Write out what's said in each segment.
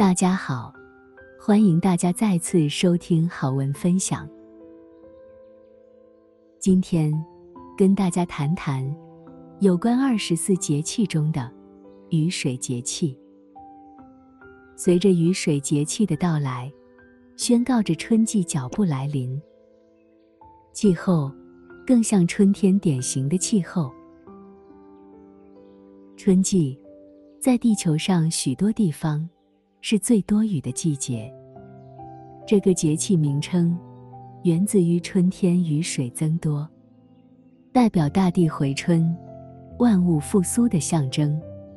大家好，欢迎大家再次收听好文分享。今天跟大家谈谈有关24节气中的雨水节气。随着雨水节气的到来，宣告着春季脚步来临。气候更像春天典型的气候。春季在地球上许多地方是最多雨的季节。这个节气名称源自于春天雨水增多，代表大地回春、万物复苏的象征。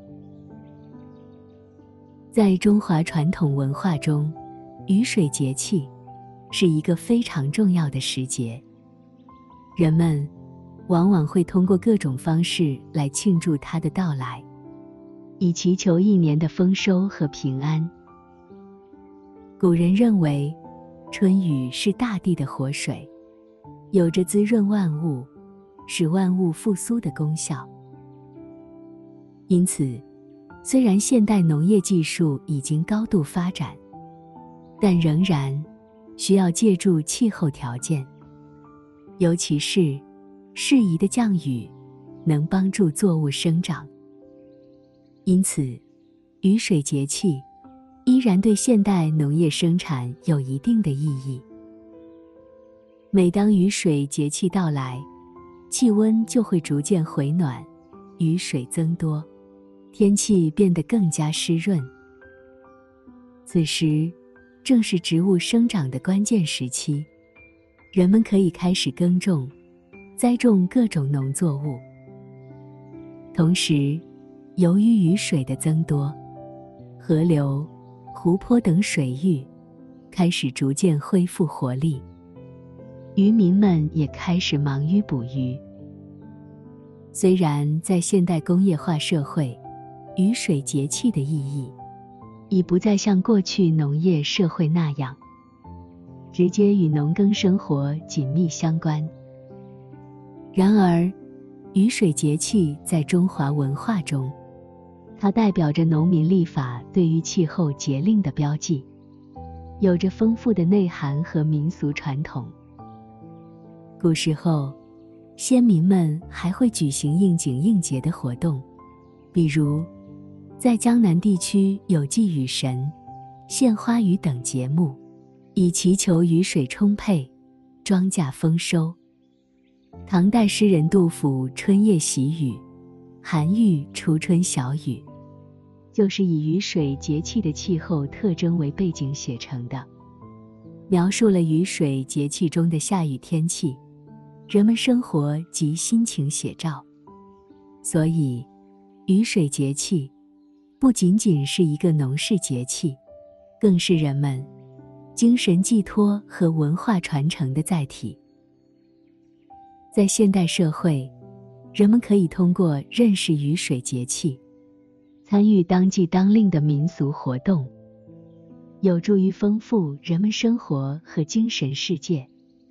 在中华传统文化中，雨水节气是一个非常重要的时节。人们往往会通过各种方式来庆祝它的到来，以祈求一年的丰收和平安。古人认为，春雨是大地的活水，有着滋润万物、使万物复苏的功效。因此，虽然现代农业技术已经高度发展，但仍然需要借助气候条件，尤其是适宜的降雨，能帮助作物生长。因此，雨水节气依然对现代农业生产有一定的意义。每当雨水节气到来，气温就会逐渐回暖，雨水增多，天气变得更加湿润。此时正是植物生长的关键时期，人们可以开始耕种、栽种各种农作物。同时，由于雨水的增多，河流、湖泊等水域开始逐渐恢复活力，渔民们也开始忙于捕鱼。虽然在现代工业化社会，雨水节气的意义已不再像过去农业社会那样直接与农耕生活紧密相关，然而雨水节气在中华文化中，它代表着农民历法对于气候节令的标记，有着丰富的内涵和民俗传统。古时候，先民们还会举行应景应节的活动，比如在江南地区有祭雨神、献花雨等节目，以祈求雨水充沛、庄稼丰收。唐代诗人杜甫《春夜喜雨》韩愈初春小雨，就是以雨水节气的气候特征为背景写成的，描述了雨水节气中的下雨天气、人们生活及心情写照。所以，雨水节气不仅仅是一个农事节气，更是人们精神寄托和文化传承的载体。在现代社会，人们可以通过认识雨水节气，参与当季当令的民俗活动，有助于丰富人们生活和精神世界。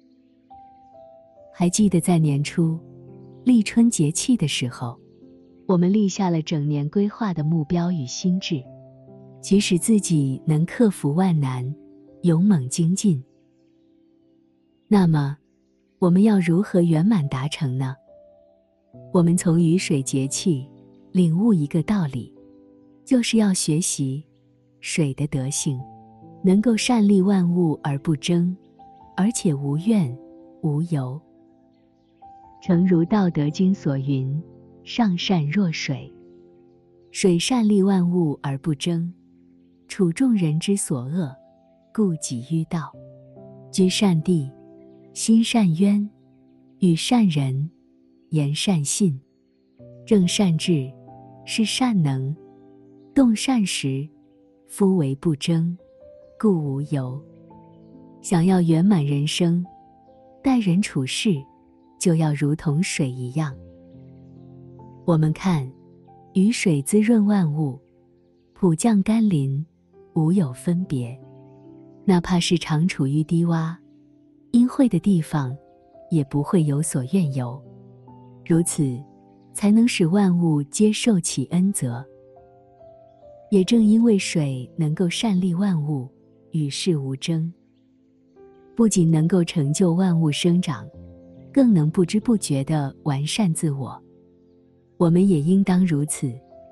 还记得在年初立春节气的时候，我们立下了整年规划的目标与心志，即使自己能克服万难，勇猛精进。那么，我们要如何圆满达成呢？我们从雨水节气领悟一个道理，就是要学习水的德性，能够善利万物而不争，而且无怨无尤。诚如《道德经》所云，上善若水，水善利万物而不争，处众人之所恶，故几于道。居善地，心善渊，与善人，言善信，正善治，是善能，动善时，夫为不争，故无尤。想要圆满人生，待人处事就要如同水一样。我们看，雨水滋润万物，普降甘霖，无有分别。哪怕是常处于低洼、阴晦的地方，也不会有所怨尤。如此，才能使万物皆受其恩泽。 也正因为水能够善利万物，与世无争，不仅能够成就万物生长，更能不知不觉地完善自我。我们也应当如此。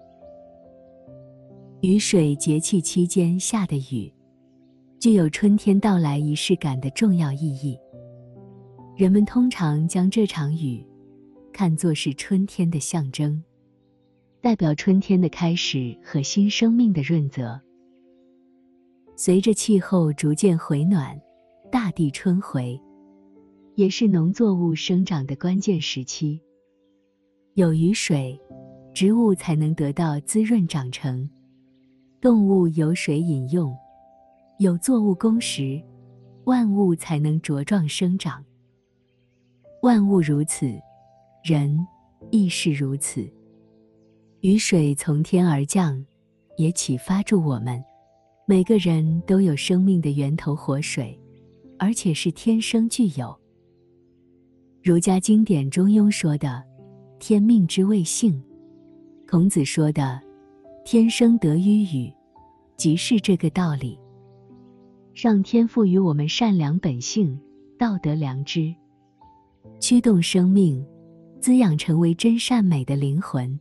雨水节气期间下的雨，具有春天到来仪式感的重要意义。人们通常将这场雨看作是春天的象征，代表春天的开始和新生命的润泽。随着气候逐渐回暖，大地春回，也是农作物生长的关键时期。有雨水，植物才能得到滋润长成，动物有水饮用，有作物供食，万物才能茁壮生长。万物如此，人亦是如此。雨水从天而降，也启发住我们，每个人都有生命的源头活水，而且是天生具有。儒家经典中庸说的天命之谓性，孔子说的天生得于雨，即是这个道理。上天赋予我们善良本性，道德良知，驱动生命，滋养成为真善美的灵魂。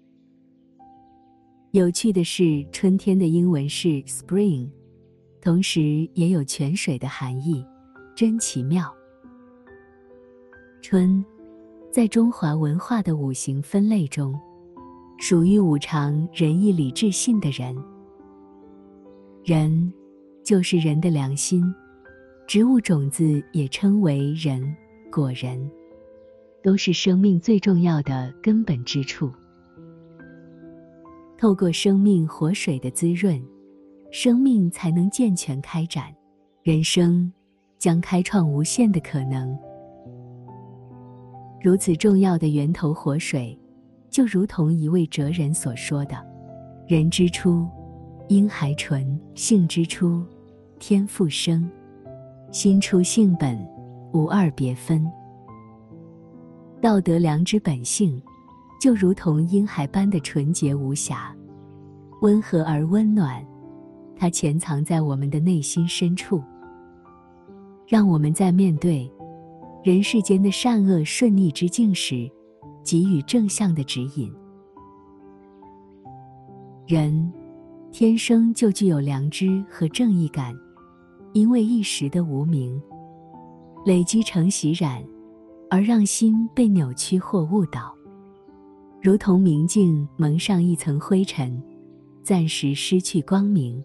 有趣的是，春天的英文是 spring， 同时也有泉水的含义，真奇妙。春，在中华文化的五行分类中，属于五常仁义礼智信的人。仁，就是人的良心，植物种子也称为仁、果仁，都是生命最重要的根本之处。透过生命活水的滋润，生命才能健全开展，人生将开创无限的可能。如此重要的源头活水，就如同一位哲人所说的：人之初，婴孩纯；性之初，天复生。心出性本，无二别分。道德良知本性，就如同婴孩般的纯洁无瑕，温和而温暖，它潜藏在我们的内心深处，让我们在面对人世间的善恶顺逆之境时，给予正向的指引。人天生就具有良知和正义感，因为一时的无明累积成习染，而让心被扭曲或误导，如同明镜蒙上一层灰尘，暂时失去光明。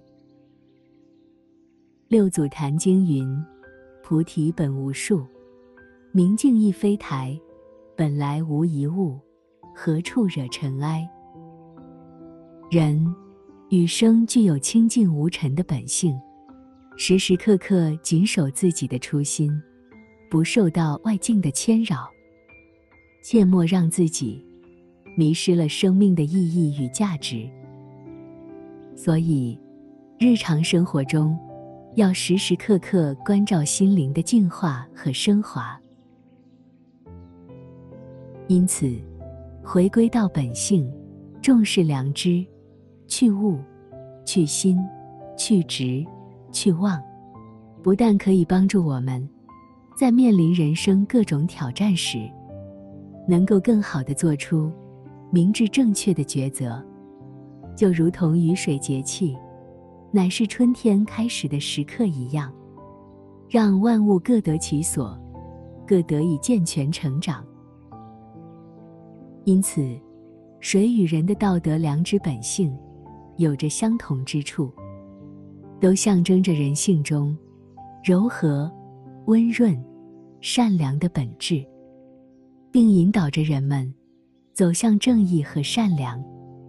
六祖坛经云：菩提本无树，明镜亦非台，本来无一物，何处惹尘埃。人与生具有清净无尘的本性，时时刻刻谨守自己的初心，不受到外境的牵扰，切莫让自己迷失了生命的意义与价值。所以日常生活中要时时刻刻关照心灵的净化和升华。因此回归到本性，重视良知，去物、去心、去执、去妄，不但可以帮助我们在面临人生各种挑战时，能够更好地做出明智正确的抉择，就如同雨水节气乃是春天开始的时刻一样，让万物各得其所，各得以健全成长。因此水与人的道德良知本性有着相同之处，都象征着人性中柔和、温润、善良的本质，并引导着人们走向正义和善良。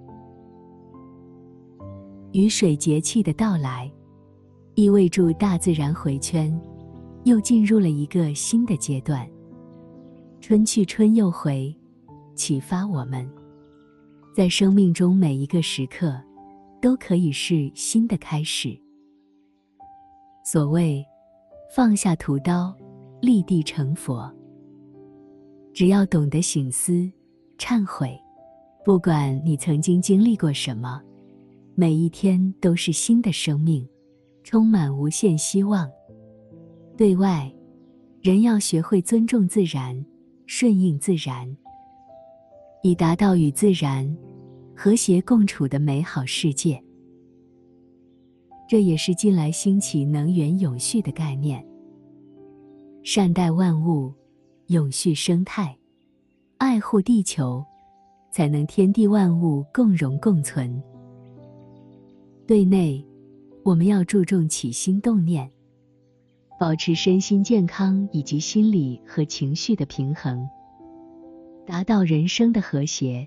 雨水节气的到来，意味着大自然回圈又进入了一个新的阶段。春去春又回，启发我们在生命中每一个时刻都可以是新的开始。所谓放下屠刀，立地成佛，只要懂得省思、忏悔，不管你曾经经历过什么， 每一天都是新的生命，充满无限希望。对外，人要学会尊重自然，顺应自然，以达到与自然和谐共处的美好世界。这也是近来兴起能源永续的概念，善待万物，永续生态，爱护地球，才能天地万物共荣共存。对内，我们要注重起心动念，保持身心健康以及心理和情绪的平衡，达到人生的和谐。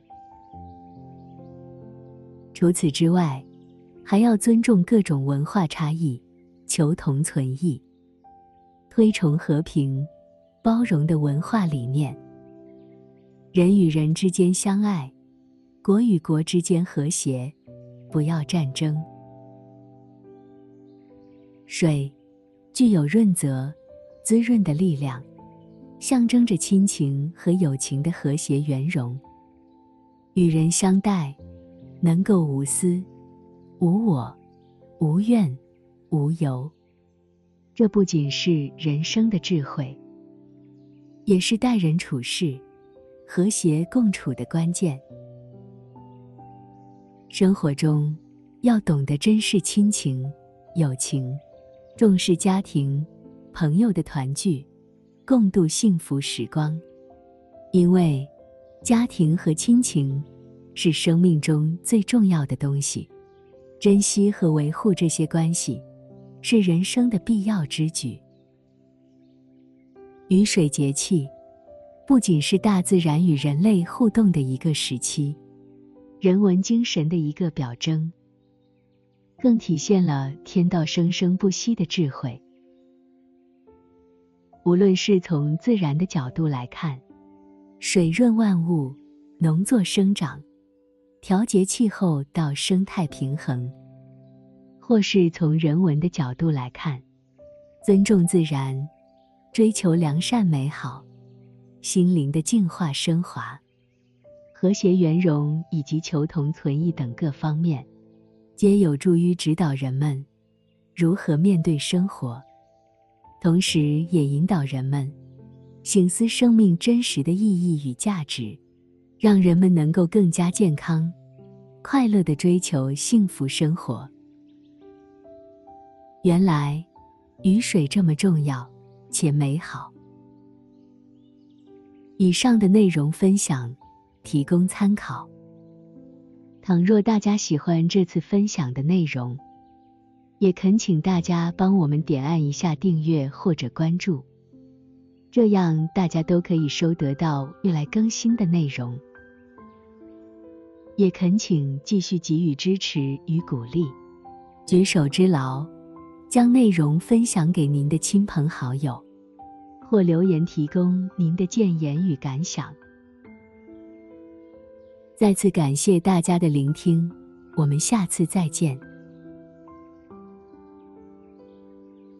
除此之外，还要尊重各种文化差异，求同存异，推崇和平、包容的文化理念。人与人之间相爱，国与国之间和谐，不要战争。水具有润泽、滋润的力量，象征着亲情和友情的和谐圆融。与人相待，能够无私、无我、无怨、无尤。这不仅是人生的智慧，也是待人处事、和谐共处的关键。生活中要懂得珍视亲情、友情，重视家庭、朋友的团聚，共度幸福时光。因为家庭和亲情是生命中最重要的东西，珍惜和维护这些关系，是人生的必要之举。雨水节气不仅是大自然与人类互动的一个时期，人文精神的一个表征，更体现了天道生生不息的智慧。无论是从自然的角度来看，水润万物，农作生长，调节气候到生态平衡，或是从人文的角度来看，尊重自然，追求良善美好，心灵的净化升华，和谐圆融以及求同存异等各方面，皆有助于指导人们如何面对生活，同时也引导人们省思生命真实的意义与价值，让人们能够更加健康、快乐地追求幸福生活。原来，雨水这么重要且美好。以上的内容分享提供参考。倘若大家喜欢这次分享的内容，也恳请大家帮我们点按一下订阅或者关注，这样大家都可以收得到未来更新的内容。也恳请继续给予支持与鼓励，举手之劳，将内容分享给您的亲朋好友，或留言提供您的建言与感想。再次感谢大家的聆听，我们下次再见。